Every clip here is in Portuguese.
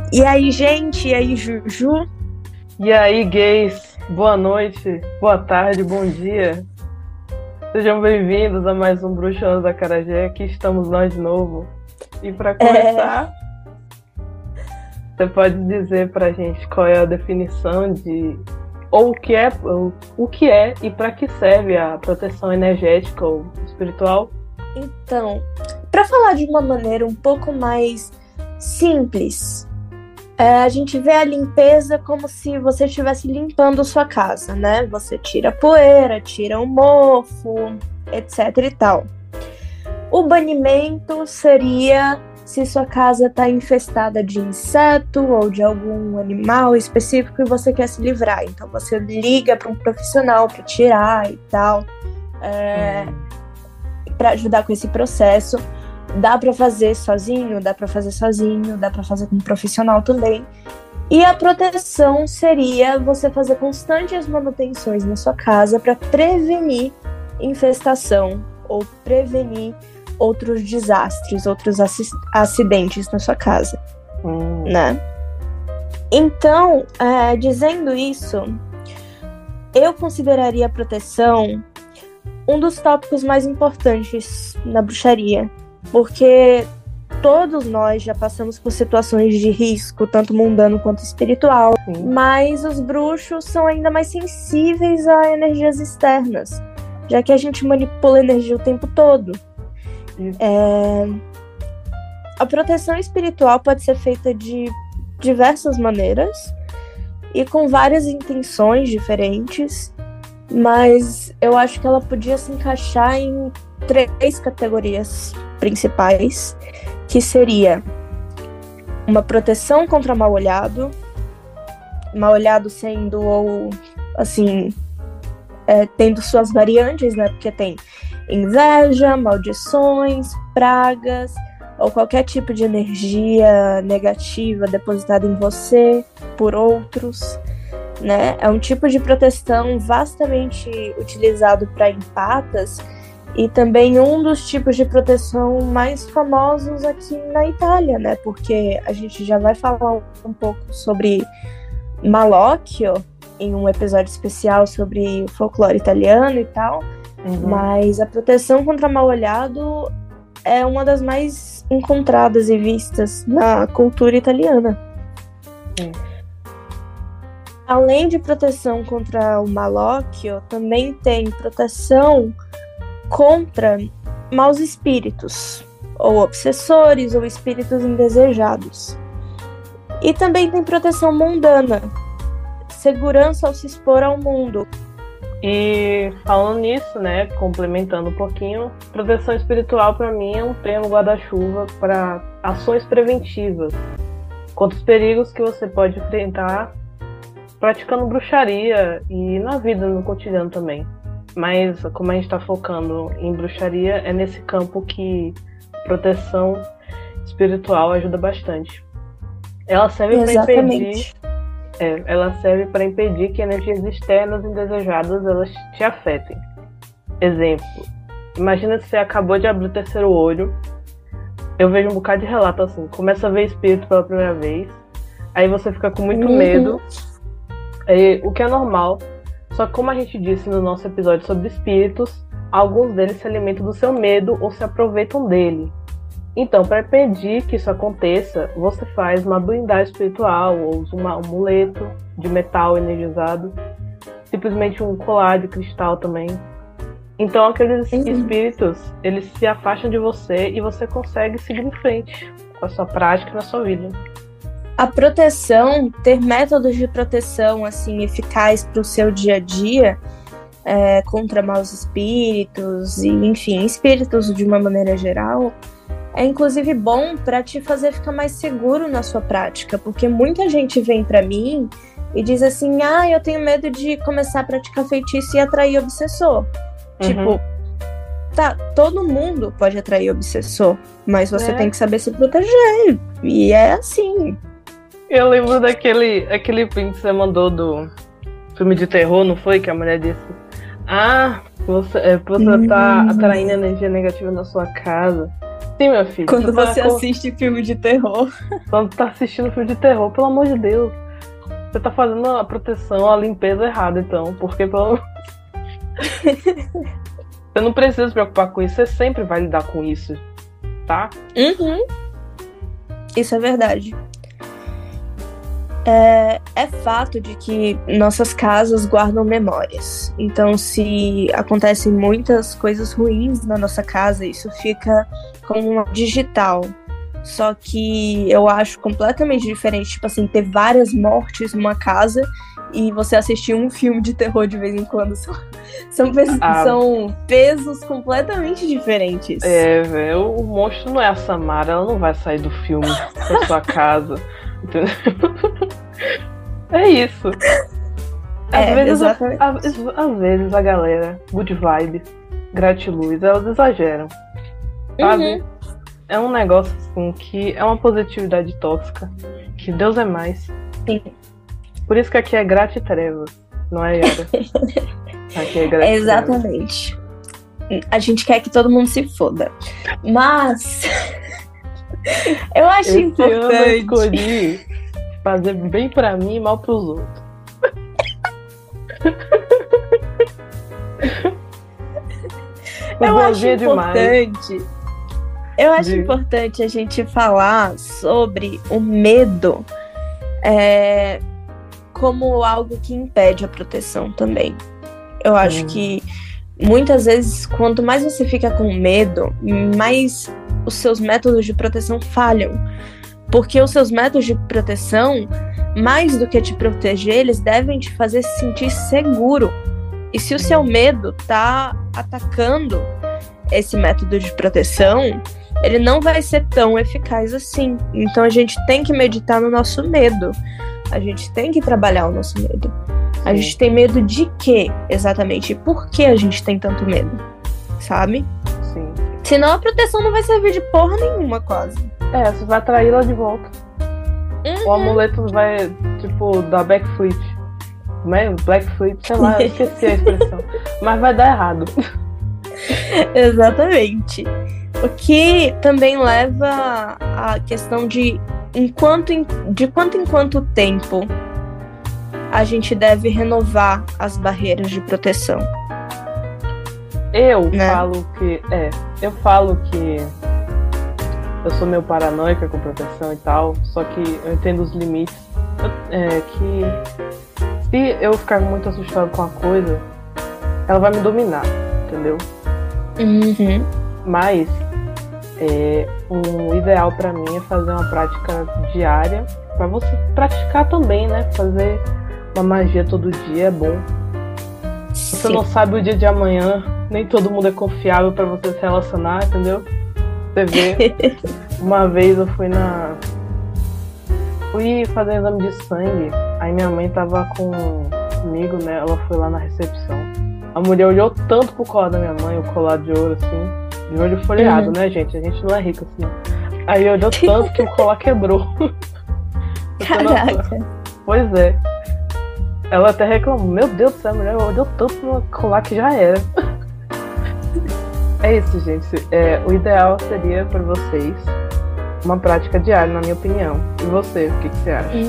E aí, gente? E aí, Juju? E aí, gays, boa noite, boa tarde, bom dia. Sejam bem-vindos a mais um Bruxanos da Acarajé. Aqui estamos nós de novo. E para começar, você pode dizer pra gente qual é a definição de ou o que é e para que serve a proteção energética ou espiritual? Então, para falar de uma maneira um pouco mais simples, a gente vê a limpeza como se você estivesse limpando sua casa, né? Você tira a poeira, tira o mofo, etc e tal. O banimento seria se sua casa está infestada de inseto ou de algum animal específico e você quer se livrar. Então você liga para um profissional para tirar e tal, para ajudar com esse processo. Dá para fazer sozinho, dá para fazer com um profissional também. E a proteção seria você fazer constantes manutenções na sua casa para prevenir infestação ou prevenir outros desastres, outros acidentes na sua casa, né? Então, dizendo isso, eu consideraria a proteção um dos tópicos mais importantes na bruxaria, porque todos nós já passamos por situações de risco, tanto mundano quanto espiritual, mas os bruxos são ainda mais sensíveis a energias externas, já que a gente manipula energia o tempo todo. A proteção espiritual pode ser feita de diversas maneiras e com várias intenções diferentes, mas eu acho que ela podia se encaixar em 3 categorias principais, que seria uma proteção contra mal-olhado sendo, ou assim, tendo suas variantes, né? Porque tem inveja, maldições, pragas, ou qualquer tipo de energia negativa depositada em você por outros, né? É um tipo de proteção vastamente utilizado para empatas e também um dos tipos de proteção mais famosos aqui na Itália, né? Porque a gente já vai falar um pouco sobre Malocchio em um episódio especial sobre folclore italiano e tal. Mas a proteção contra mal-olhado é uma das mais encontradas e vistas na cultura italiana. Além de proteção contra o Malocchio, também tem proteção contra maus espíritos, ou obsessores, ou espíritos indesejados. E também tem proteção mundana, segurança ao se expor ao mundo. E falando nisso, né, complementando um pouquinho, proteção espiritual para mim é um termo guarda-chuva para ações preventivas contra os perigos que você pode enfrentar praticando bruxaria e na vida, no cotidiano também. Mas como a gente está focando em bruxaria, é nesse campo que proteção espiritual ajuda bastante. Ela serve para impedir que energias externas indesejadas elas te afetem. Exemplo, imagina se você acabou de abrir o 3º olho. Eu vejo um bocado de relato assim, começa a ver espírito pela primeira vez, aí você fica com muito medo, o que é normal. Só que como a gente disse no nosso episódio sobre espíritos, alguns deles se alimentam do seu medo ou se aproveitam dele. Então, para impedir que isso aconteça, você faz uma blindagem espiritual ou usa um amuleto de metal energizado, simplesmente um colar de cristal também. Então, aqueles espíritos, eles se afastam de você e você consegue seguir em frente com a sua prática na sua vida. A proteção, ter métodos de proteção assim eficazes para o seu dia a dia, contra maus espíritos e, enfim, espíritos de uma maneira geral, é inclusive bom para te fazer ficar mais seguro na sua prática, porque muita gente vem para mim e diz assim, eu tenho medo de começar a praticar feitiço e atrair obsessor. Tipo, todo mundo pode atrair obsessor, mas você tem que saber se proteger, e é assim. Eu lembro daquele print que você mandou do filme de terror, não foi? Que a mulher disse, você tá atraindo energia negativa na sua casa. Sim, meu filho. Quando você assiste filme de terror. Quando tá assistindo filme de terror, pelo amor de Deus. Você tá fazendo a proteção, a limpeza errada, então. Porque você não precisa se preocupar com isso. Você sempre vai lidar com isso, tá? Uhum. Isso é verdade. É fato de que nossas casas guardam memórias. Então, se acontecem muitas coisas ruins na nossa casa, isso fica como uma digital. Só que eu acho completamente diferente, tipo assim, ter várias mortes numa casa e você assistir um filme de terror de vez em quando. São pesos completamente diferentes. Velho, o monstro não é a Samara, ela não vai sair do filme da sua casa. Entendeu? É isso. Às vezes a galera, good vibe, gratiluz, elas exageram. Sabe? Uhum. É um negócio assim que é uma positividade tóxica. Que Deus é mais. Sim. Por isso que aqui é grata e trevas, não é, Yara? Aqui é grata e Exatamente. A gente quer que todo mundo se foda. Mas eu acho importante. Ano eu escolhi fazer bem pra mim e mal pros outros. Eu acho importante a gente falar sobre o medo como algo que impede a proteção também. Eu acho que muitas vezes, quanto mais você fica com medo, mais os seus métodos de proteção falham. Porque os seus métodos de proteção, mais do que te proteger, eles devem te fazer se sentir seguro. E se o seu medo tá atacando esse método de proteção, ele não vai ser tão eficaz assim. Então a gente tem que meditar no nosso medo. A gente tem que trabalhar o nosso medo. A gente tem medo de quê, exatamente? E por que a gente tem tanto medo? Sabe? Sim. Senão a proteção não vai servir de porra nenhuma, quase. Você vai atrair ela de volta. O amuleto vai, tipo, dar backflip. Blackflip, sei lá, eu esqueci a expressão. Mas vai dar errado. Exatamente. O que também leva à questão de quanto em quanto tempo a gente deve renovar as barreiras de proteção. Eu falo que eu sou meio paranoica com proteção e tal, só que eu entendo os limites. Que se eu ficar muito assustado com a coisa, ela vai me dominar, entendeu? Uhum. Mas o ideal pra mim é fazer uma prática diária, pra você praticar também, né? Fazer uma magia todo dia é bom. Sim. Você não sabe o dia de amanhã, nem todo mundo é confiável pra você se relacionar, entendeu? Você vê, uma vez eu fui fazer exame de sangue, aí minha mãe tava comigo, né? Ela foi lá na recepção. A mulher olhou tanto pro colar da minha mãe, o colar de ouro, assim, de olho folheado, né, gente? A gente não é rico assim. Aí olhou tanto que o colar quebrou. Caraca. Pois é. Ela até reclamou, meu Deus do céu, a mulher olhou tanto no colar que já era. É isso, gente. O ideal seria para vocês uma prática diária, na minha opinião. E você, o que você acha?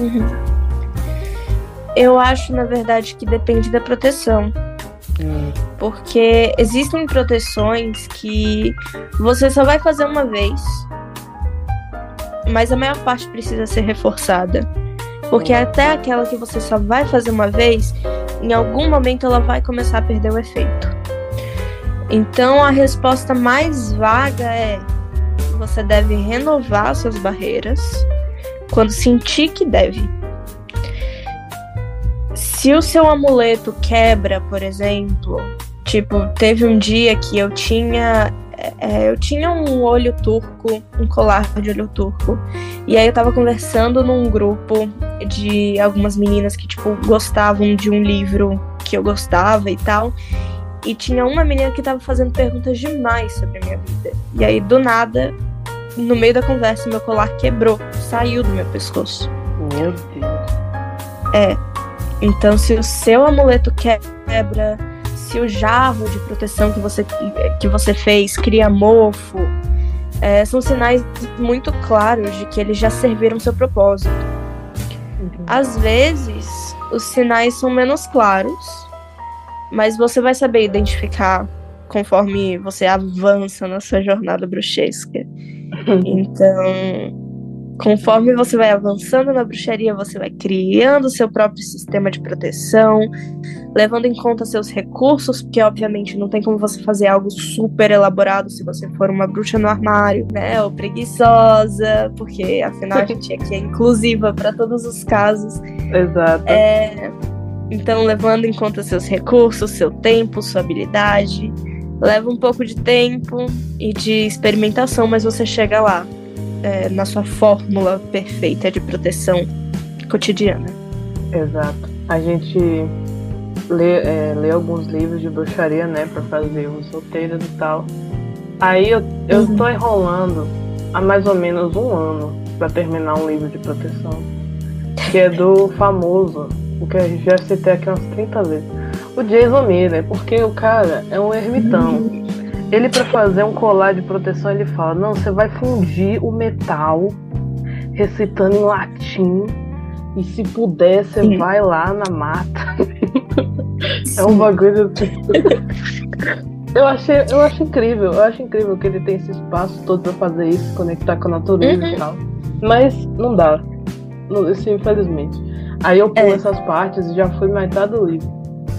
Eu acho, na verdade, que depende da proteção. Porque existem proteções que você só vai fazer uma vez, mas a maior parte precisa ser reforçada. Porque até aquela que você só vai fazer uma vez, em algum momento ela vai começar a perder o efeito. Então a resposta mais vaga é: você deve renovar suas barreiras quando sentir que deve. Se o seu amuleto quebra, por exemplo, tipo, teve um dia que eu tinha um olho turco, um colar de olho turco, e aí eu tava conversando num grupo de algumas meninas que, tipo, gostavam de um livro que eu gostava e tal, e tinha uma menina que tava fazendo perguntas demais sobre a minha vida, e aí, do nada, no meio da conversa, meu colar quebrou, saiu do meu pescoço. Meu Deus. Então, se o seu amuleto quebra, se o jarro de proteção que você fez cria mofo, são sinais muito claros de que eles já serviram seu propósito. Às vezes, os sinais são menos claros, mas você vai saber identificar conforme você avança na sua jornada bruxesca. Então, conforme você vai avançando na bruxaria, você vai criando seu próprio sistema de proteção, levando em conta seus recursos, porque obviamente não tem como você fazer algo super elaborado se você for uma bruxa no armário, né, ou preguiçosa, porque afinal a gente aqui é inclusiva para todos os casos. Exato. Então, levando em conta seus recursos, seu tempo, sua habilidade, leva um pouco de tempo e de experimentação, mas você chega lá, na sua fórmula perfeita de proteção cotidiana. Exato. A gente lê alguns livros de bruxaria, né, pra fazer os roteiros e tal. Aí eu tô enrolando há mais ou menos 1 ano pra terminar um livro de proteção, que é do famoso, o que a gente já citei aqui umas 30 vezes, o Jason Miller, porque o cara é um ermitão. Ele, pra fazer um colar de proteção, ele fala: não, você vai fundir o metal recitando em latim, e se puder, você vai lá na mata. É um bagulho assim. Eu acho incrível que ele tem esse espaço todo pra fazer isso, se conectar com a natureza e tal. Mas não dá. Isso, infelizmente. Aí eu pulo essas partes e já fui metade do livro.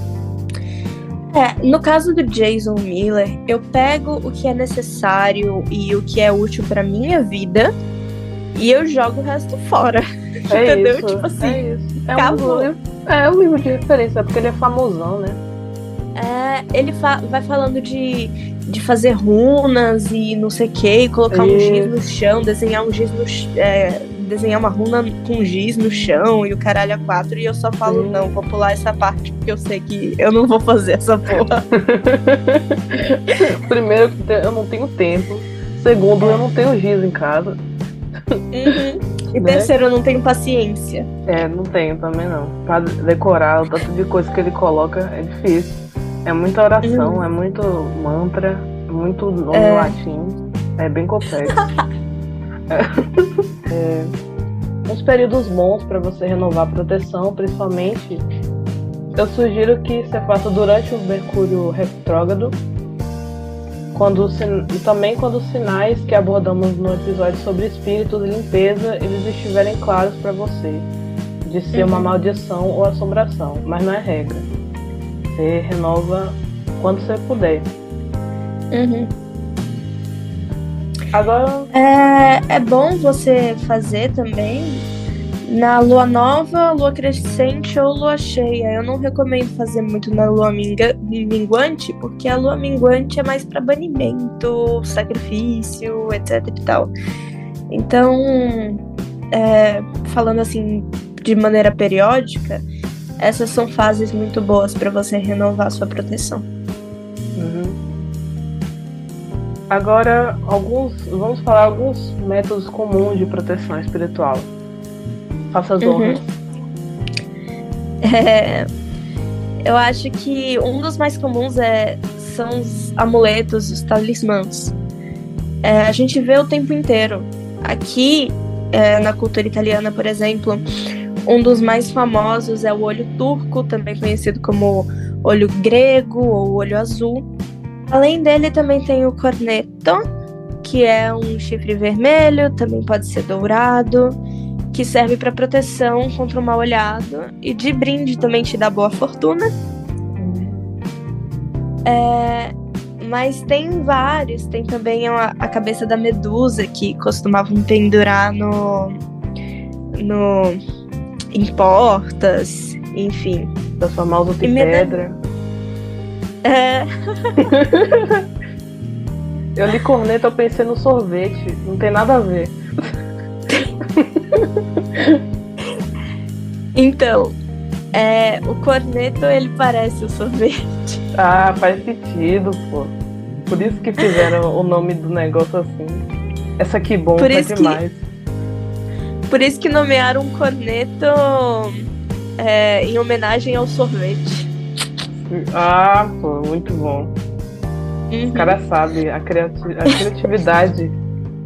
No caso do Jason Miller, eu pego o que é necessário e o que é útil pra minha vida e eu jogo o resto fora. Entendeu? Isso, tipo assim, é isso. acabou. É um livro de referência, porque ele é famosão, né? Ele vai falando de fazer runas e não sei o que, colocar um giz no chão, desenhar um giz no desenhar uma runa com giz no chão e o caralho a 4, e eu só falo, não, vou pular essa parte porque eu sei que eu não vou fazer essa porra. Primeiro, eu não tenho tempo. Segundo, eu não tenho giz em casa. E terceiro, eu não tenho paciência. Não tenho também não. Pra decorar o tanto de coisa que ele coloca é difícil. É muita oração, é muito mantra, é muito nome em latim. É bem complexo. Uns períodos bons para você renovar a proteção, principalmente, eu sugiro que você faça durante o Mercúrio retrógrado, e também quando os sinais que abordamos no episódio sobre espíritos e limpeza, eles estiverem claros para você, de ser uma maldição ou assombração, mas não é regra. Você renova quando você puder. Agora... É bom você fazer também na lua nova, lua crescente ou lua cheia. Eu não recomendo fazer muito na lua minguante, porque a lua minguante é mais para banimento, sacrifício, etc e tal. Então, falando assim de maneira periódica, essas são fases muito boas para você renovar sua proteção. Agora, vamos falar alguns métodos comuns de proteção espiritual. Faça as honras. Eu acho que um dos mais comuns são os amuletos, os talismãs. A gente vê o tempo inteiro. Aqui, na cultura italiana, por exemplo, um dos mais famosos é o olho turco, também conhecido como olho grego ou olho azul. Além dele, também tem o corneto, que é um chifre vermelho, também pode ser dourado, que serve para proteção contra o mal olhado, e de brinde também te dá boa fortuna. Mas tem vários, tem também a cabeça da medusa, que costumavam pendurar em portas, enfim. Da famosa pedra. Eu li corneto, eu pensei no sorvete. Não tem nada a ver. Então, o corneto, ele parece o sorvete. Ah, faz sentido, pô. Por isso que fizeram o nome do negócio assim. Essa que bom, tá demais. Por isso que nomearam um corneto em homenagem ao sorvete. Ah, pô, muito bom. Os caras sabem, a criatividade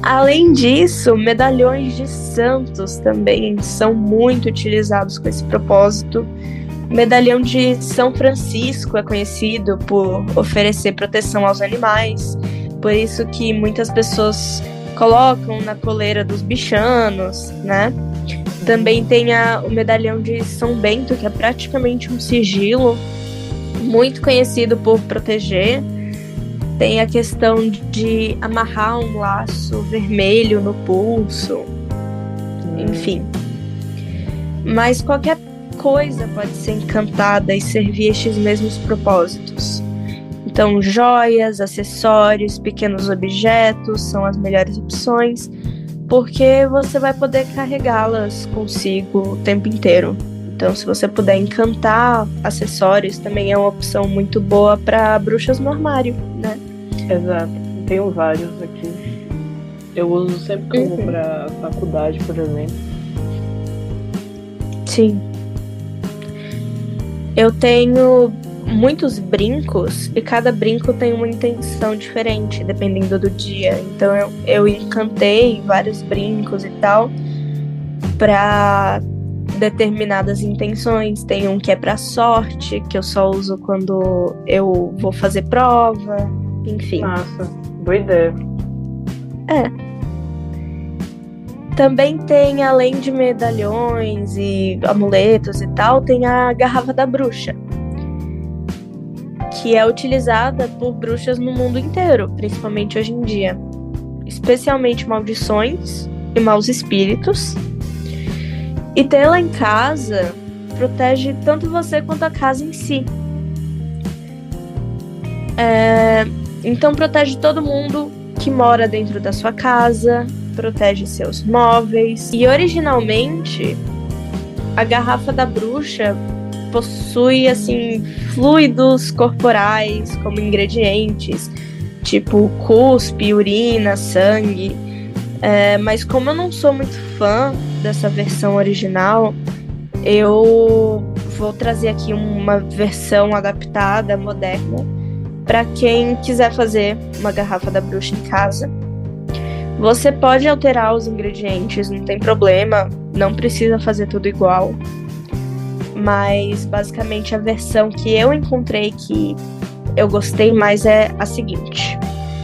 Além disso, medalhões de santos também são muito utilizados com esse propósito. O medalhão de São Francisco é conhecido por oferecer proteção aos animais, por isso que muitas pessoas colocam na coleira dos bichanos, né? Também tem o medalhão de São Bento, que é praticamente um sigilo, muito conhecido por proteger. Tem a questão de amarrar um laço vermelho no pulso, enfim. Mas qualquer coisa pode ser encantada e servir estes mesmos propósitos. Então, joias, acessórios, pequenos objetos são as melhores opções, porque você vai poder carregá-las consigo o tempo inteiro. Então, se você puder encantar acessórios, também é uma opção muito boa para bruxas no armário, né? Exato. Tenho vários aqui. Eu uso sempre que eu vou pra faculdade, por exemplo. Sim. Eu tenho muitos brincos e cada brinco tem uma intenção diferente, dependendo do dia. Então eu encantei vários brincos e tal para determinadas intenções. Tem um que é para sorte, que eu só uso quando eu vou fazer prova, enfim. Nossa, boa ideia. Também tem, além de medalhões e amuletos e tal, tem a garrafa da bruxa, que é utilizada por bruxas no mundo inteiro, principalmente hoje em dia. Especialmente maldições e maus espíritos. E tê-la em casa protege tanto você quanto a casa em si. Então protege todo mundo que mora dentro da sua casa, protege seus móveis. E originalmente, a garrafa da bruxa possui, assim, fluidos corporais como ingredientes, tipo cuspe, urina, sangue. Mas como eu não sou muito fã dessa versão original, eu vou trazer aqui uma versão adaptada, moderna, para quem quiser fazer uma garrafa da bruxa em casa. Você pode alterar os ingredientes, não tem problema, não precisa fazer tudo igual. Mas basicamente a versão que eu encontrei que eu gostei mais é a seguinte.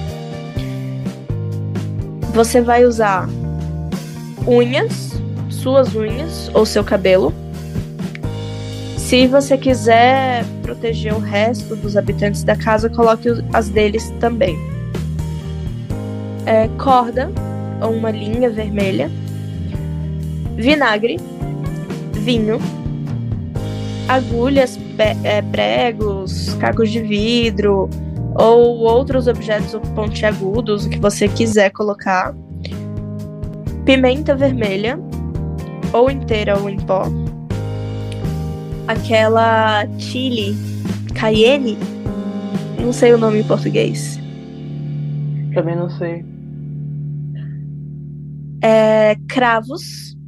Você vai usar unhas, suas unhas ou seu cabelo. Se você quiser proteger o resto dos habitantes da casa, coloque as deles também. Corda ou uma linha vermelha, vinagre, vinho, agulhas, pregos, cacos de vidro ou outros objetos pontiagudos, o que você quiser colocar, pimenta vermelha, ou inteira ou em pó, aquela chili, cayenne, não sei o nome em português. Também não sei. Cravos,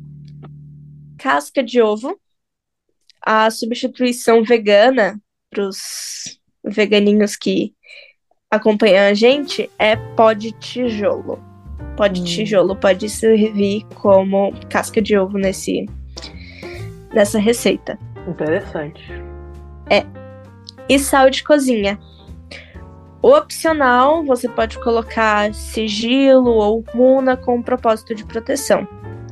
casca de ovo. A substituição vegana para os veganinhos que acompanham a gente é pó de tijolo. Pó de tijolo pode servir como casca de ovo nessa receita. Interessante. E sal de cozinha. O opcional, você pode colocar sigilo ou runa com um propósito de proteção.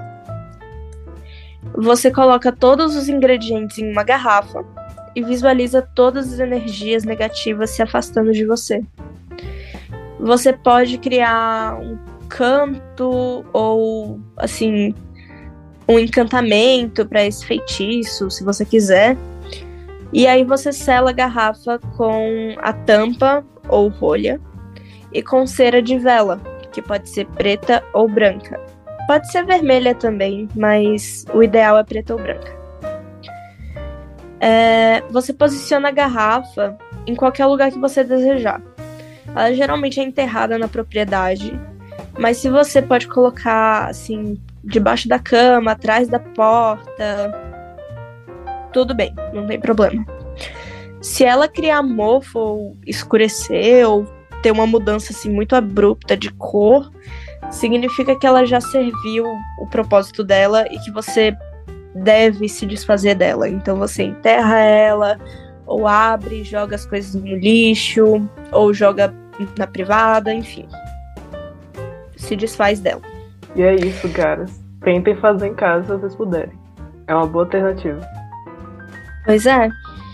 Você coloca todos os ingredientes em uma garrafa e visualiza todas as energias negativas se afastando de você. Você pode criar um canto ou, assim, um encantamento para esse feitiço, se você quiser. E aí você sela a garrafa com a tampa ou rolha e com cera de vela, que pode ser preta ou branca. Pode ser vermelha também, mas o ideal é preta ou branca. Você posiciona a garrafa em qualquer lugar que você desejar. Ela geralmente é enterrada na propriedade, mas se você pode colocar assim, debaixo da cama, atrás da porta, tudo bem, não tem problema. Se ela criar mofo ou escurecer ou ter uma mudança assim, muito abrupta de cor, significa que ela já serviu o propósito dela e que você deve se desfazer dela. Então você enterra ela, ou abre, joga as coisas no lixo, ou joga na privada, enfim. Se desfaz dela. E é isso, caras. Tentem fazer em casa se vocês puderem. É uma boa alternativa. Pois é.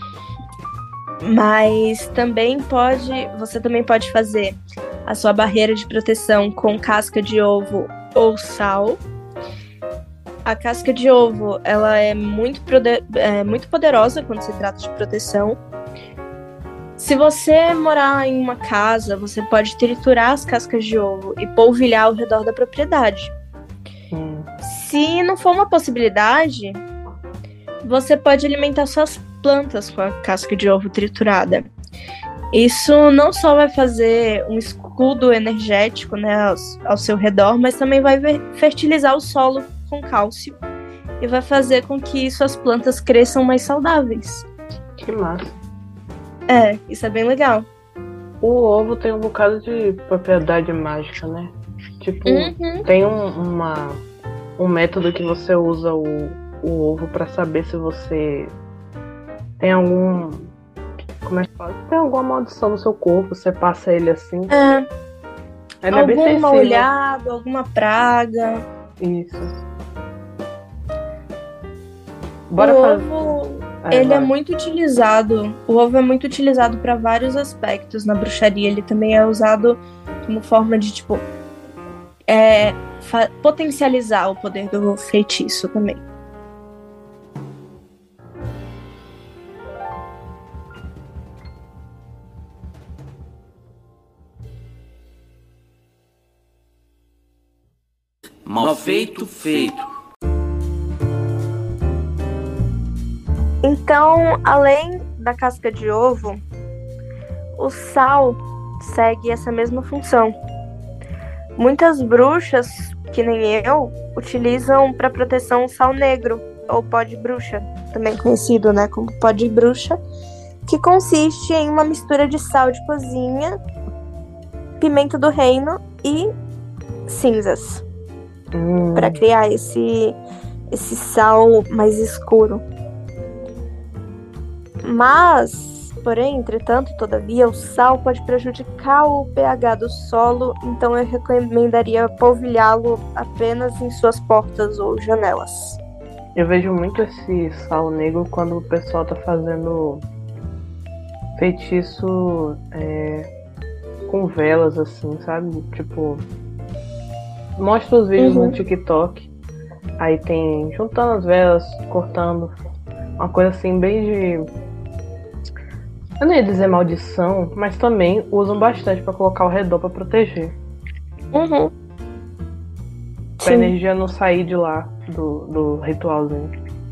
Mas você também pode fazer a sua barreira de proteção com casca de ovo ou sal. A casca de ovo, ela é muito poderosa quando se trata de proteção. Se você morar em uma casa, você pode triturar as cascas de ovo e polvilhar ao redor da propriedade. Se não for uma possibilidade, você pode alimentar suas plantas com a casca de ovo triturada. Isso não só vai fazer um escudo energético, né, ao seu redor, mas também vai fertilizar o solo com cálcio e vai fazer com que suas plantas cresçam mais saudáveis. Que massa. Isso é bem legal. O ovo tem um bocado de propriedade mágica, né? Tipo, tem um método que você usa o ovo pra saber se você tem algum... Como é que fala? Se tem alguma maldição no seu corpo, você passa ele assim. Ele é bem algum sensível. mal-olhado, alguma praga. Isso. Bora fazer. É muito utilizado. O ovo é muito utilizado para vários aspectos na bruxaria. Ele também é usado como forma de, tipo, potencializar o poder do feitiço também. Mal feito, feito. Então, além da casca de ovo, o sal segue essa mesma função. Muitas bruxas, que nem eu, utilizam para proteção sal negro, ou pó de bruxa, também conhecido, né, como pó de bruxa, que consiste em uma mistura de sal de cozinha, pimenta do reino e cinzas, para criar esse sal mais escuro. Mas, porém, entretanto, todavia, o sal pode prejudicar o pH do solo, então eu recomendaria polvilhá-lo apenas em suas portas ou janelas. Eu vejo muito esse sal negro quando o pessoal tá fazendo feitiço com velas, assim, sabe? Tipo, mostra os vídeos no TikTok, aí tem juntando as velas, cortando, uma coisa assim bem de... Eu não ia dizer maldição, mas também usam bastante pra colocar ao redor pra proteger. Pra a energia não sair de lá do ritualzinho.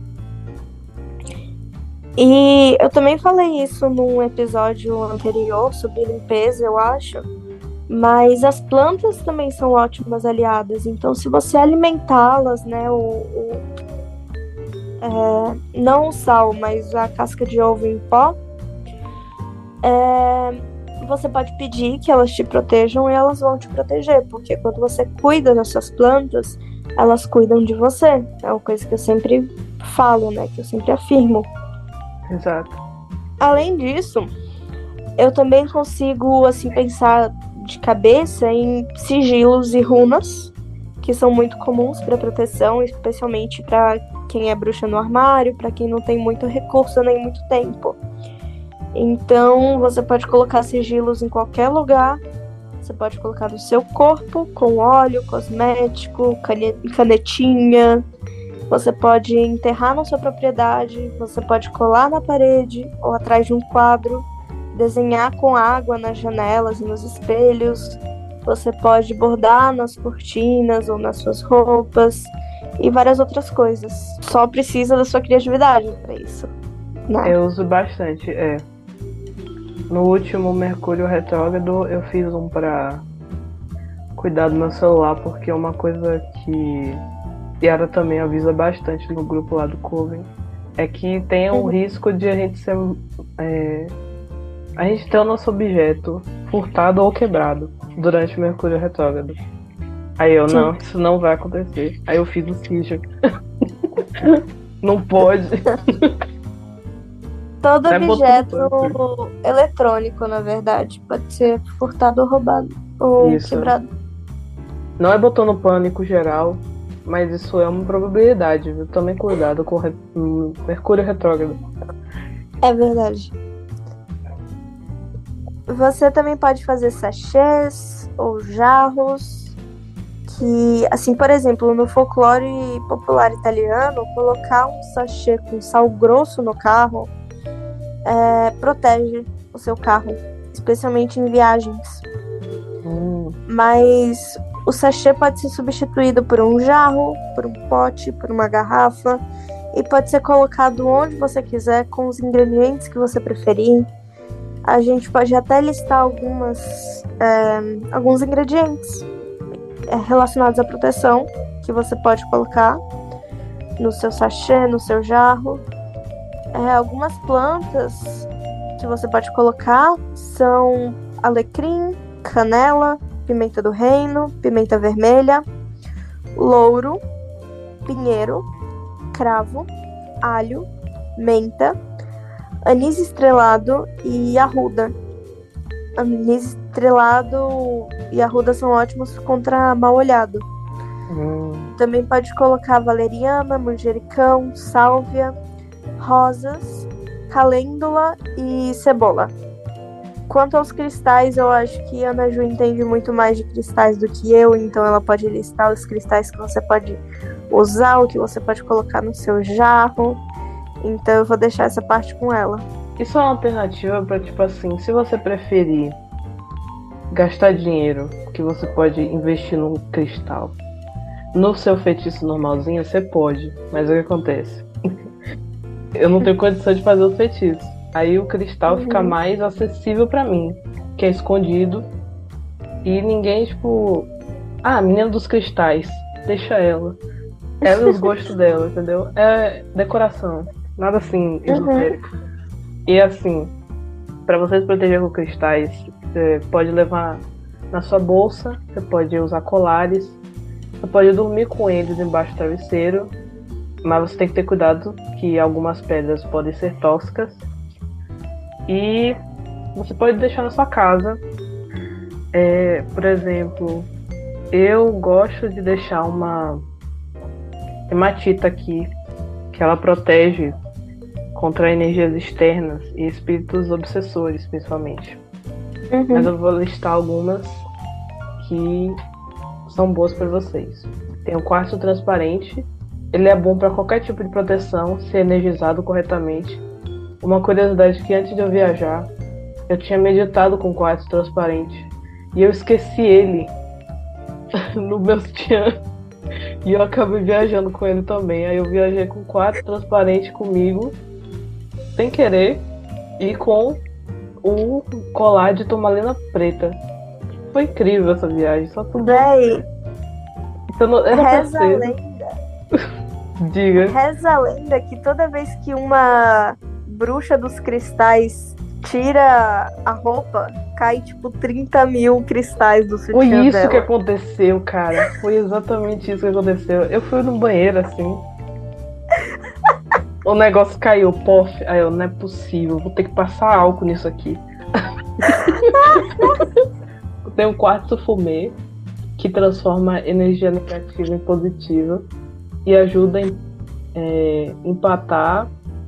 E eu também falei isso num episódio anterior sobre limpeza, eu acho. Mas as plantas também são ótimas aliadas. Então, se você alimentá-las, né, não o sal, mas a casca de ovo em pó, você pode pedir que elas te protejam e elas vão te proteger, porque quando você cuida das suas plantas, elas cuidam de você. É uma coisa que eu sempre falo, né, que eu sempre afirmo. Exato. Além disso, eu também consigo, assim, pensar de cabeça em sigilos e runas, que são muito comuns para proteção, especialmente para quem é bruxa no armário, para quem não tem muito recurso nem muito tempo. Então, você pode colocar sigilos em qualquer lugar. Você pode colocar no seu corpo, com óleo, cosmético, canetinha. Você pode enterrar na sua propriedade. Você pode colar na parede ou atrás de um quadro. Desenhar com água nas janelas e nos espelhos. Você pode bordar nas cortinas ou nas suas roupas. E várias outras coisas. Só precisa da sua criatividade para isso, né? Eu uso bastante, No último Mercúrio retrógrado, eu fiz um pra cuidar do meu celular, porque é uma coisa que Yara também avisa bastante no grupo lá do Coven, é que tem um risco de a gente ser... a gente ter o nosso objeto furtado ou quebrado durante o Mercúrio retrógrado. Aí eu, não, isso não vai acontecer. Aí eu fiz o sigilo. Não pode. Todo Sai objeto botando eletrônico, na verdade, pode ser furtado ou roubado ou Isso. quebrado. Não é botando pânico geral, mas isso é uma probabilidade, viu? Tomem cuidado com o Mercúrio retrógrado. É verdade. Você também pode fazer sachês ou jarros que, assim, por exemplo, no folclore popular italiano, colocar um sachê com sal grosso no carro protege o seu carro, especialmente em viagens. Mas o sachê pode ser substituído por um jarro, por um pote, por uma garrafa, e pode ser colocado onde você quiser, com os ingredientes que você preferir. A gente pode até listar alguns ingredientes relacionados à proteção que você pode colocar no seu sachê, no seu jarro. Algumas plantas que você pode colocar são alecrim, canela, pimenta do reino, pimenta vermelha, louro, pinheiro, cravo, alho, menta, anis estrelado e arruda. Anis estrelado e arruda são ótimos contra mal-olhado. Também pode colocar valeriana, manjericão, sálvia, rosas, calêndula e cebola. Quanto aos cristais, eu acho que a Ana Ju entende muito mais de cristais do que eu, então ela pode listar os cristais que você pode usar, o que você pode colocar no seu jarro. Então eu vou deixar essa parte com ela. Isso é uma alternativa para, tipo assim, se você preferir gastar dinheiro que você pode investir num cristal no seu feitiço normalzinho, você pode. Mas o que acontece? Eu não tenho condição de fazer o feitiço. Aí o cristal fica mais acessível pra mim, que é escondido. E ninguém, tipo... Ah, a menina dos cristais. Deixa ela. Ela e os gostos dela, entendeu? É decoração. Nada assim, esotérico. E assim, pra você se proteger com cristais, você pode levar na sua bolsa, você pode usar colares, você pode dormir com eles embaixo do travesseiro, mas você tem que ter cuidado que algumas pedras podem ser tóxicas. E você pode deixar na sua casa. Por exemplo, eu gosto de deixar uma hematita aqui, que ela protege contra energias externas e espíritos obsessores, principalmente. Mas eu vou listar algumas que são boas para vocês. Tem o quartzo transparente. Ele é bom para qualquer tipo de proteção, se energizado corretamente. Uma curiosidade que antes de eu viajar, eu tinha meditado com quartzo transparente e eu esqueci ele no meu sutiã e eu acabei viajando com ele também. Aí eu viajei com quartzo transparente comigo, sem querer, e com o colar de turmalina preta. Foi incrível essa viagem, só tudo. Véi, Então, era reza pra a ser. lenda. Diga. Reza a lenda que toda vez que uma bruxa dos cristais tira a roupa, cai tipo 30 mil cristais do sutiã Foi isso dela. que aconteceu, cara. Foi exatamente isso que aconteceu. Eu fui no banheiro assim. O negócio caiu, pof. Aí eu, não é possível, vou ter que passar álcool nisso aqui. Tem um quartzo fumê que transforma energia negativa em positiva e ajuda em empatar.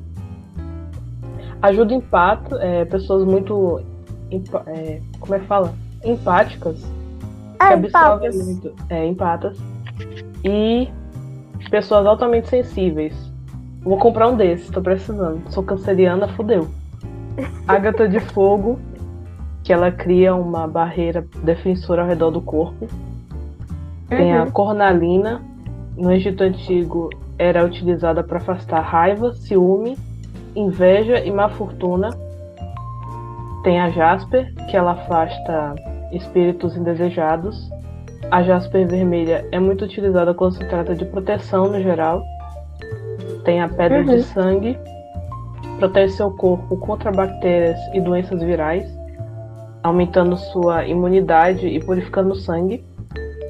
Ajuda pessoas muito como é que fala? Empáticas. Que absorvem empatas. muito. Empatas. E pessoas altamente sensíveis. Vou comprar um desses, tô precisando. Sou canceriana, fudeu. Ágata de fogo, que ela cria uma barreira defensora ao redor do corpo. Tem a cornalina. No Egito Antigo era utilizada para afastar raiva, ciúme, inveja e má fortuna. Tem a jasper, que ela afasta espíritos indesejados. A jasper vermelha é muito utilizada quando se trata de proteção no geral. Tem a pedra de sangue, protege seu corpo contra bactérias e doenças virais, aumentando sua imunidade e purificando o sangue.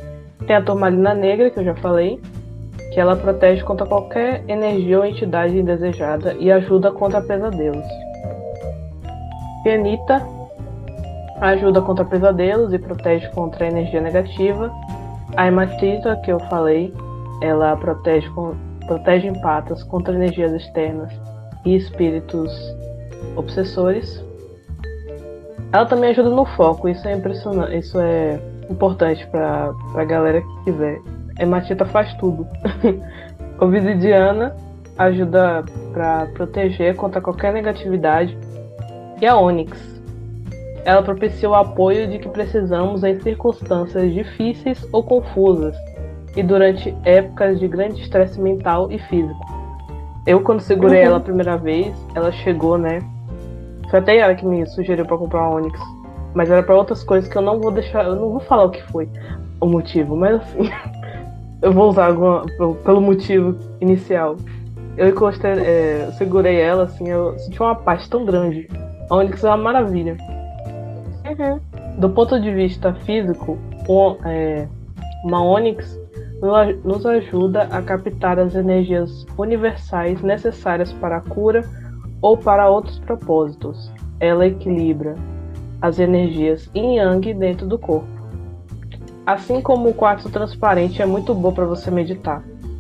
Tem a turmalina negra, que eu já falei, que ela protege contra qualquer energia ou entidade indesejada e ajuda contra pesadelos. Pianita ajuda contra pesadelos e protege contra a energia negativa. A hematita, que eu falei, ela protege empatas contra energias externas e espíritos obsessores. Ela também ajuda no foco, isso é impressionante, isso é importante pra galera que quiser. A hematita faz tudo. Obsidiana ajuda para proteger contra qualquer negatividade. E a ônix, ela propicia o apoio de que precisamos em circunstâncias difíceis ou confusas e durante épocas de grande estresse mental e físico. Eu, quando segurei ela a primeira vez, ela chegou, né? Foi até ela que me sugeriu para comprar uma ônix, mas era para outras coisas que eu não vou falar o que foi o motivo, mas assim, eu vou usar pelo motivo inicial. Eu encostei, eu segurei ela, assim, eu senti uma paz tão grande. A ônix é uma maravilha. Do ponto de vista físico, uma ônix nos ajuda a captar as energias universais necessárias para a cura ou para outros propósitos. Ela equilibra as energias yin e yang dentro do corpo. Assim como o quartzo transparente é muito bom para você meditar.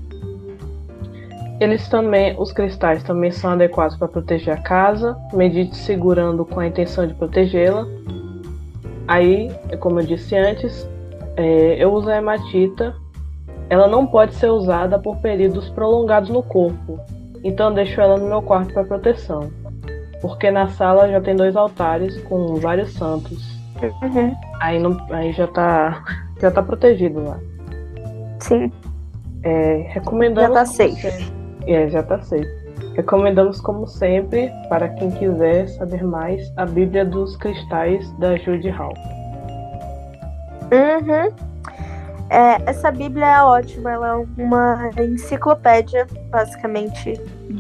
Os cristais também são adequados para proteger a casa. Medite segurando com a intenção de protegê-la. Aí, como eu disse antes, eu uso a hematita. Ela não pode ser usada por períodos prolongados no corpo, então eu deixo ela no meu quarto para proteção, porque na sala já tem 2 altares com vários santos. Aí já tá protegido lá. Sim. Recomendamos. Já tá safe. Já tá safe. Recomendamos, como sempre, para quem quiser saber mais, a Bíblia dos Cristais da Judy Hall. Essa Bíblia é ótima, ela é uma enciclopédia, basicamente,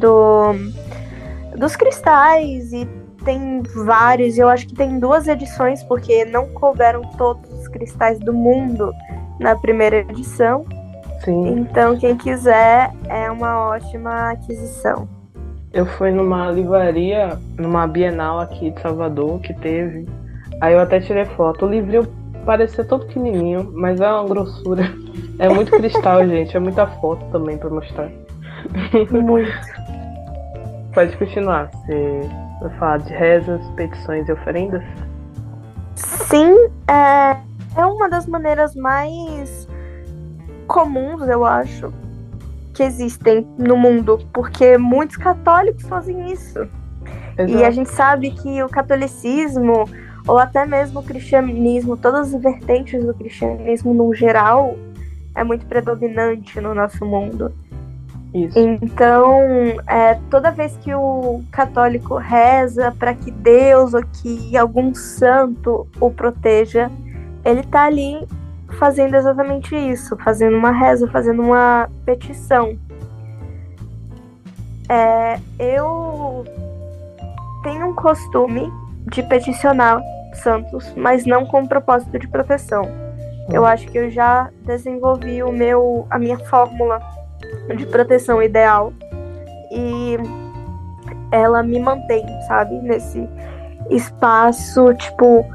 dos cristais, e tem vários, eu acho que tem 2 edições, porque não couberam todos os cristais do mundo na primeira edição. Sim. Então, quem quiser, é uma ótima aquisição. Eu fui numa livraria, numa Bienal aqui de Salvador, que teve, aí eu até tirei foto. O livrinho parecia todo pequenininho, mas é uma grossura. É muito cristal, gente. É muita foto também pra mostrar. Muito. Pode continuar. Você vai falar de rezas, petições e oferendas? Sim, é uma das maneiras mais comuns, eu acho, que existem no mundo, porque muitos católicos fazem isso. Exato. E a gente sabe que o catolicismo, ou até mesmo o cristianismo, todas as vertentes do cristianismo no geral, é muito predominante no nosso mundo. Isso. Então, toda vez que o católico reza para que Deus ou que algum santo o proteja, ele tá ali fazendo exatamente isso, fazendo uma reza, fazendo uma petição. Eu tenho um costume de peticionar santos, mas não com o propósito de proteção. Eu acho que eu já desenvolvi a minha fórmula de proteção ideal e ela me mantém, sabe, nesse espaço, tipo,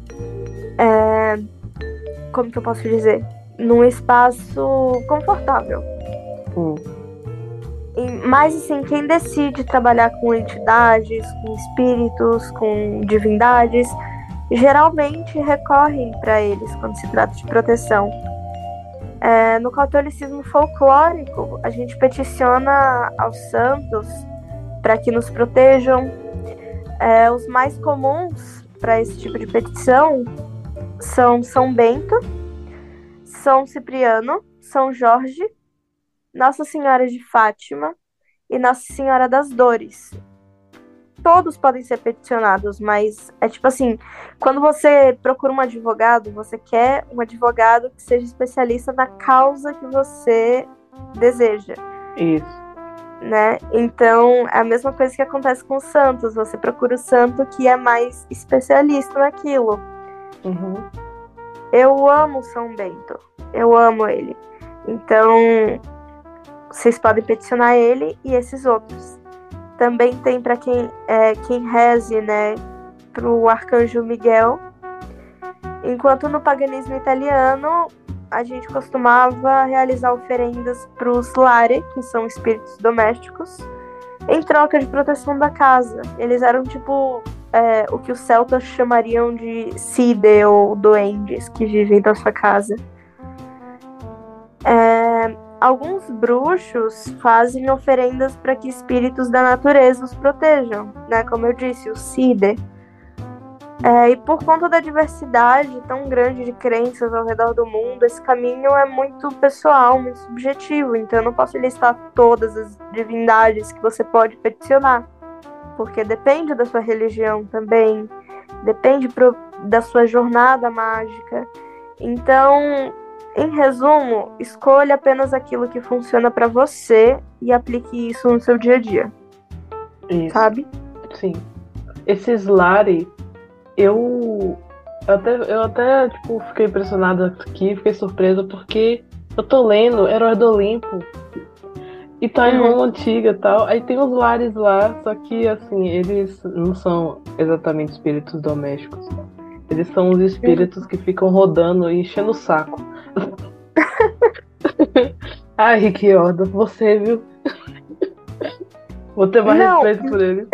como que eu posso dizer? Num espaço confortável. Mas, assim, quem decide trabalhar com entidades, com espíritos, com divindades, geralmente recorrem para eles quando se trata de proteção. No catolicismo folclórico, a gente peticiona aos santos para que nos protejam. Os mais comuns para esse tipo de petição são São Bento, São Cipriano, São Jorge, Nossa Senhora de Fátima e Nossa Senhora das Dores. Todos podem ser peticionados, mas é tipo assim, quando você procura um advogado, você quer um advogado que seja especialista na causa que você deseja. Isso. Né? Então, é a mesma coisa que acontece com os santos. Você procura o santo que é mais especialista naquilo. Eu amo São Bento. Eu amo ele. Então, vocês podem peticionar ele e esses outros. Também tem para quem reze, né, pro Arcanjo Miguel. Enquanto no paganismo italiano, a gente costumava realizar oferendas para os Lare, que são espíritos domésticos, em troca de proteção da casa. Eles eram tipo o que os celtas chamariam de Cide ou duendes que vivem na sua casa. Alguns bruxos fazem oferendas para que espíritos da natureza os protejam, né? Como eu disse, o Cide. E por conta da diversidade tão grande de crenças ao redor do mundo, esse caminho é muito pessoal, muito subjetivo. Então eu não posso listar todas as divindades que você pode peticionar, porque depende da sua religião também, depende da sua jornada mágica. Então, em resumo, escolha apenas aquilo que funciona para você e aplique isso no seu dia a dia. Isso. Sabe? Sim. Esses Lari, eu até tipo, fiquei impressionada aqui, fiquei surpresa, porque eu tô lendo Herói do Olimpo e tá em Roma Antiga e tal. Aí tem os Lares lá, só que assim, eles não são exatamente espíritos domésticos. Eles são os espíritos que ficam rodando e enchendo o saco. Ai, Rick Yorda, você, viu? Vou ter mais respeito por ele.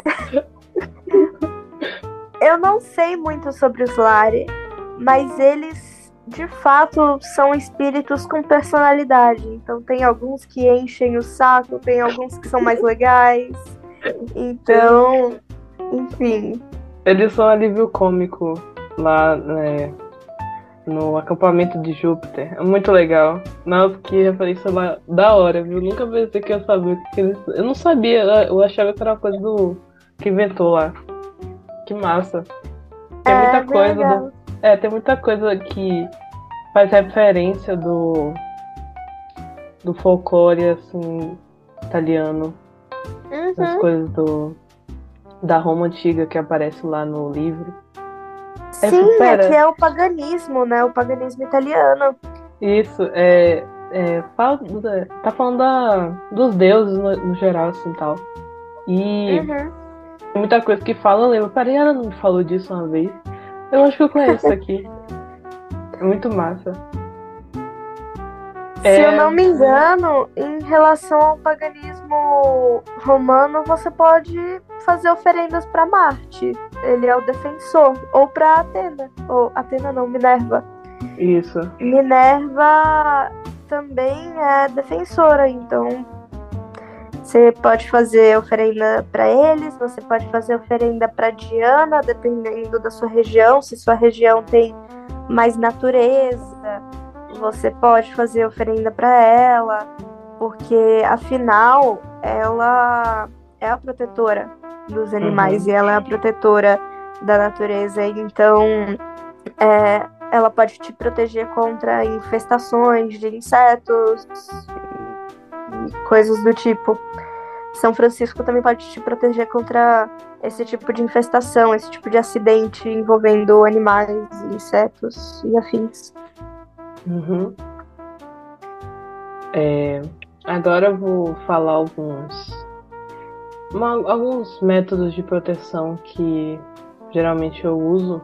Eu não sei muito sobre os Lari, mas eles, de fato, são espíritos com personalidade. Então tem alguns que enchem o saco, tem alguns que são mais legais. Então, enfim. Eles são alívio cômico lá, né, no acampamento de Júpiter. É muito legal. Nossa, que referência lá da hora, viu? Nunca pensei que eu sabia que eles... Eu não sabia, eu achava que era uma coisa do que inventou lá. Que massa. Tem muita coisa. Tem muita coisa que faz referência do folclore, assim, italiano. As coisas da Roma Antiga que aparece lá no livro. Sim, que é o paganismo, né? O paganismo italiano. Isso, tá falando dos deuses no geral, assim, tal. E tem muita coisa que fala, eu lembro. Peraí, ela não me falou disso uma vez. Eu acho que eu conheço isso aqui. É muito massa. Se eu não me engano, em relação ao paganismo romano, você pode fazer oferendas para Marte. Ele é o defensor. Ou para Atena. Ou Atena não, Minerva. Isso. Minerva também é defensora, então você pode fazer oferenda para eles, você pode fazer oferenda para Diana, dependendo da sua região. Se sua região tem mais natureza, você pode fazer oferenda para ela, porque afinal ela é a protetora dos animais e ela é a protetora da natureza. Então ela pode te proteger contra infestações de insetos e coisas do tipo. São Francisco também pode te proteger contra esse tipo de infestação, esse tipo de acidente envolvendo animais, insetos e afins. Agora eu vou falar alguns métodos de proteção que geralmente eu uso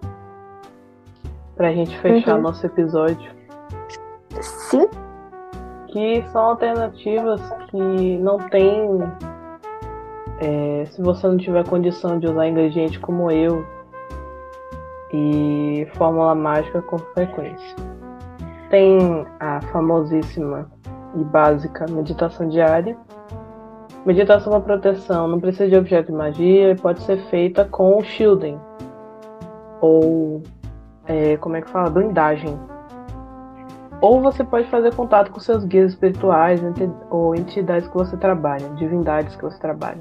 pra gente fechar nosso episódio. Sim. Que são alternativas que não tem... se você não tiver condição de usar ingrediente como eu e fórmula mágica com frequência. Tem a famosíssima e básica meditação diária. Meditação para proteção não precisa de objeto de magia e pode ser feita com shielding ou blindagem. Ou você pode fazer contato com seus guias espirituais ou entidades que você trabalha, divindades que você trabalha.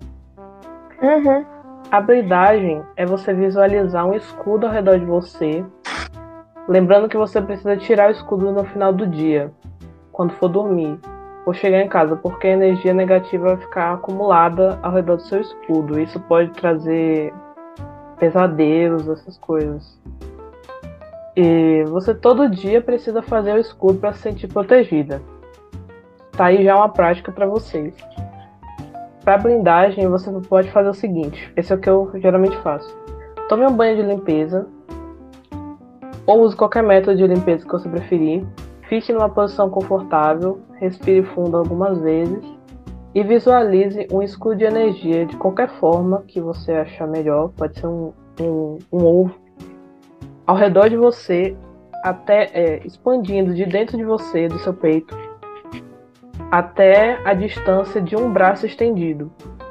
A blindagem é você visualizar um escudo ao redor de você, lembrando que você precisa tirar o escudo no final do dia, quando for dormir ou chegar em casa, porque a energia negativa vai ficar acumulada ao redor do seu escudo. Isso pode trazer pesadelos, essas coisas. E você todo dia precisa fazer o escudo para se sentir protegida. Tá aí já uma prática para vocês. Para blindagem, você pode fazer o seguinte. Esse é o que eu geralmente faço. Tome um banho de limpeza. Ou use qualquer método de limpeza que você preferir. Fique numa posição confortável. Respire fundo algumas vezes. E visualize um escudo de energia de qualquer forma que você achar melhor. Pode ser um ovo. Ao redor de você, até expandindo de dentro de você, do seu peito, até a distância de um braço estendido.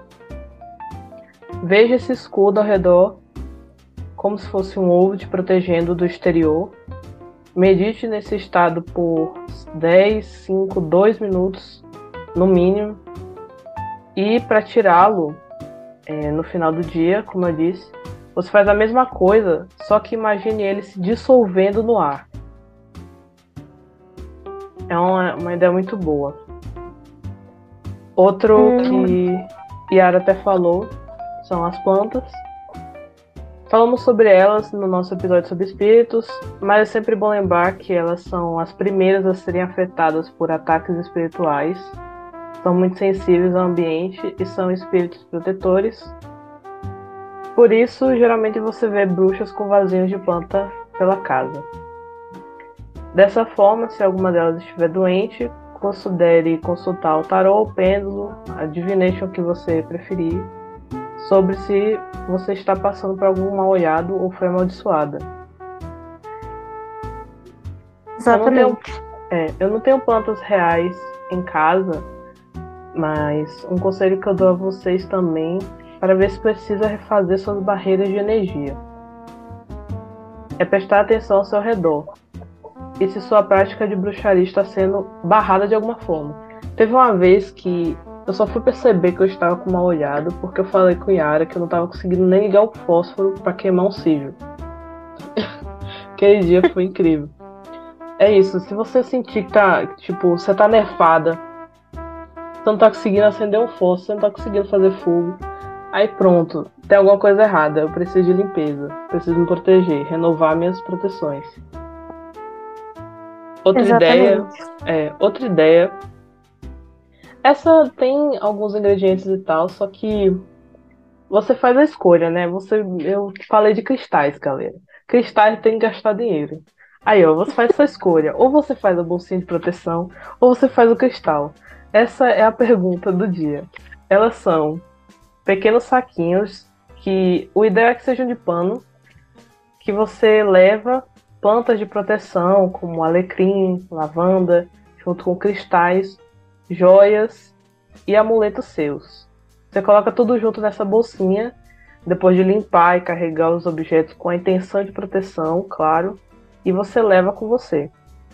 Veja esse escudo ao redor como se fosse um ovo te protegendo do exterior. Medite nesse estado por 10, 5, 2 minutos, no mínimo. E para tirá-lo, no final do dia, como eu disse, você faz a mesma coisa, só que imagine ele se dissolvendo no ar. É uma ideia muito boa. Outro que Yara até falou são as plantas. Falamos sobre elas no nosso episódio sobre espíritos, mas é sempre bom lembrar que elas são as primeiras a serem afetadas por ataques espirituais. São muito sensíveis ao ambiente e são espíritos protetores. Por isso, geralmente você vê bruxas com vasinhos de planta pela casa. Dessa forma, se alguma delas estiver doente, considere consultar o tarô, o pêndulo, a divination que você preferir, sobre se você está passando por algum mal-olhado ou foi amaldiçoada. Exatamente. Eu não tenho plantas reais em casa, mas um conselho que eu dou a vocês também, para ver se precisa refazer suas barreiras de energia, é prestar atenção ao seu redor e se sua prática de bruxaria está sendo barrada de alguma forma. Teve uma vez que eu só fui perceber que eu estava com mal olhado porque eu falei com Yara que eu não estava conseguindo nem ligar o fósforo para queimar um sigilo. Aquele dia foi incrível. É isso, se você sentir que você tá nerfada, você não tá conseguindo acender um fósforo, você não tá conseguindo fazer fogo, aí pronto, tem alguma coisa errada, eu preciso de limpeza, preciso me proteger, renovar minhas proteções. Outra ideia. Essa tem alguns ingredientes e tal, só que você faz a escolha, né? Eu falei de cristais, galera. Cristais tem que gastar dinheiro. Aí, ó, você faz sua escolha. Ou você faz a bolsinha de proteção, ou você faz o cristal. Essa é a pergunta do dia. Elas são pequenos saquinhos que o ideal é que sejam de pano, que você leva plantas de proteção, como alecrim, lavanda, junto com cristais, joias e amuletos seus. Você coloca tudo junto nessa bolsinha, depois de limpar e carregar os objetos com a intenção de proteção, claro, e você leva com você.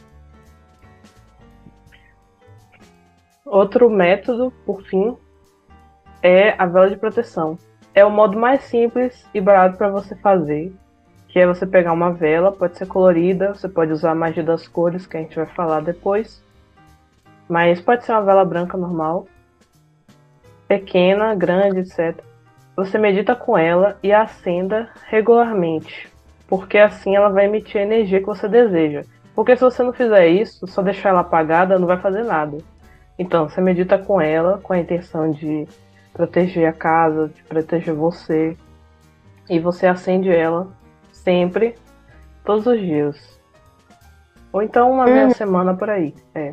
Outro método, por fim, é a vela de proteção. É o modo mais simples e barato para você fazer, que é você pegar uma vela, pode ser colorida, você pode usar a magia das cores, que a gente vai falar depois, mas pode ser uma vela branca normal, pequena, grande, etc. Você medita com ela e a acenda regularmente, porque assim ela vai emitir a energia que você deseja. Porque se você não fizer isso, só deixar ela apagada, não vai fazer nada. Então, você medita com ela, com a intenção de proteger a casa, de proteger você, e você acende ela sempre, todos os dias. Ou então uma vez na semana por aí.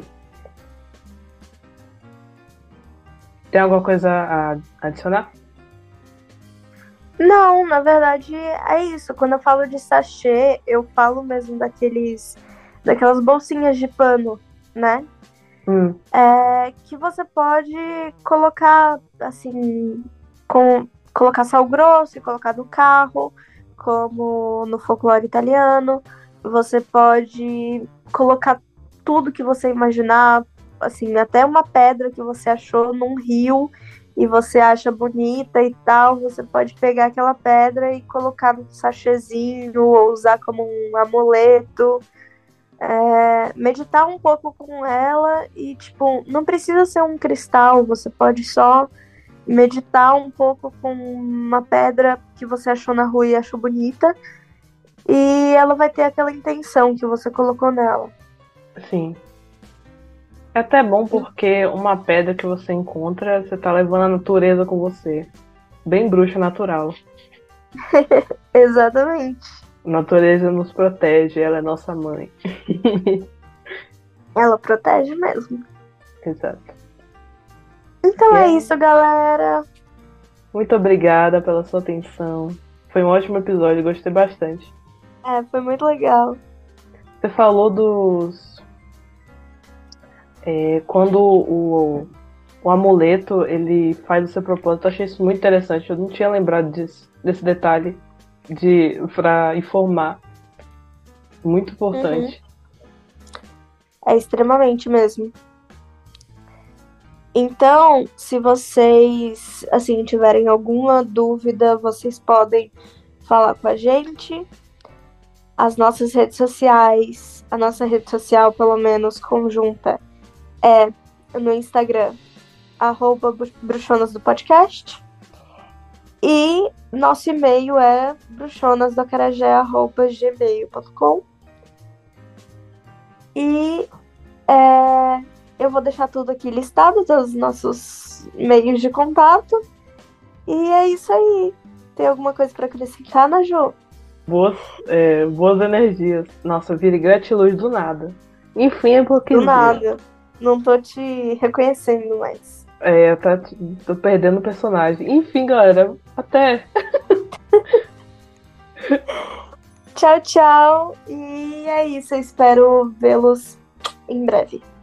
Tem alguma coisa a adicionar? Não, na verdade é isso. Quando eu falo de sachê, eu falo mesmo daquelas bolsinhas de pano, né? Que você pode colocar, assim, colocar sal grosso e colocar no carro, como no folclore italiano. Você pode colocar tudo que você imaginar, assim, até uma pedra que você achou num rio e você acha bonita e tal, você pode pegar aquela pedra e colocar num sachêzinho ou usar como um amuleto. Meditar um pouco com ela e, tipo, não precisa ser um cristal, você pode só meditar um pouco com uma pedra que você achou na rua e achou bonita E ela vai ter aquela intenção que você colocou nela. Sim. É até bom porque uma pedra que você encontra, você tá levando a natureza com você. Bem bruxa natural. Exatamente. A natureza nos protege, ela é nossa mãe. Ela protege mesmo. Exato. Então é isso, galera. Muito obrigada pela sua atenção. Foi um ótimo episódio, gostei bastante. Foi muito legal. Você falou dos... quando o amuleto, ele faz o seu propósito, eu achei isso muito interessante. Eu não tinha lembrado desse detalhe pra informar. Muito importante. É extremamente mesmo. Então, se vocês, assim, tiverem alguma dúvida, vocês podem falar com a gente. As nossas redes sociais, a nossa rede social, pelo menos, conjunta, é no Instagram, @bruxonasdopodcast. E nosso e-mail é bruxonasdoacarajé@gmail.com. E eu vou deixar tudo aqui listado, todos os nossos meios de contato. E é isso aí. Tem alguma coisa para acrescentar, Naju? Boas energias. Nossa, vire gratiluz do nada. Enfim, é porque... Do nada. Não tô te reconhecendo mais. Tô perdendo o personagem. Enfim, galera, até. Tchau, tchau. E é isso. Eu espero vê-los em breve.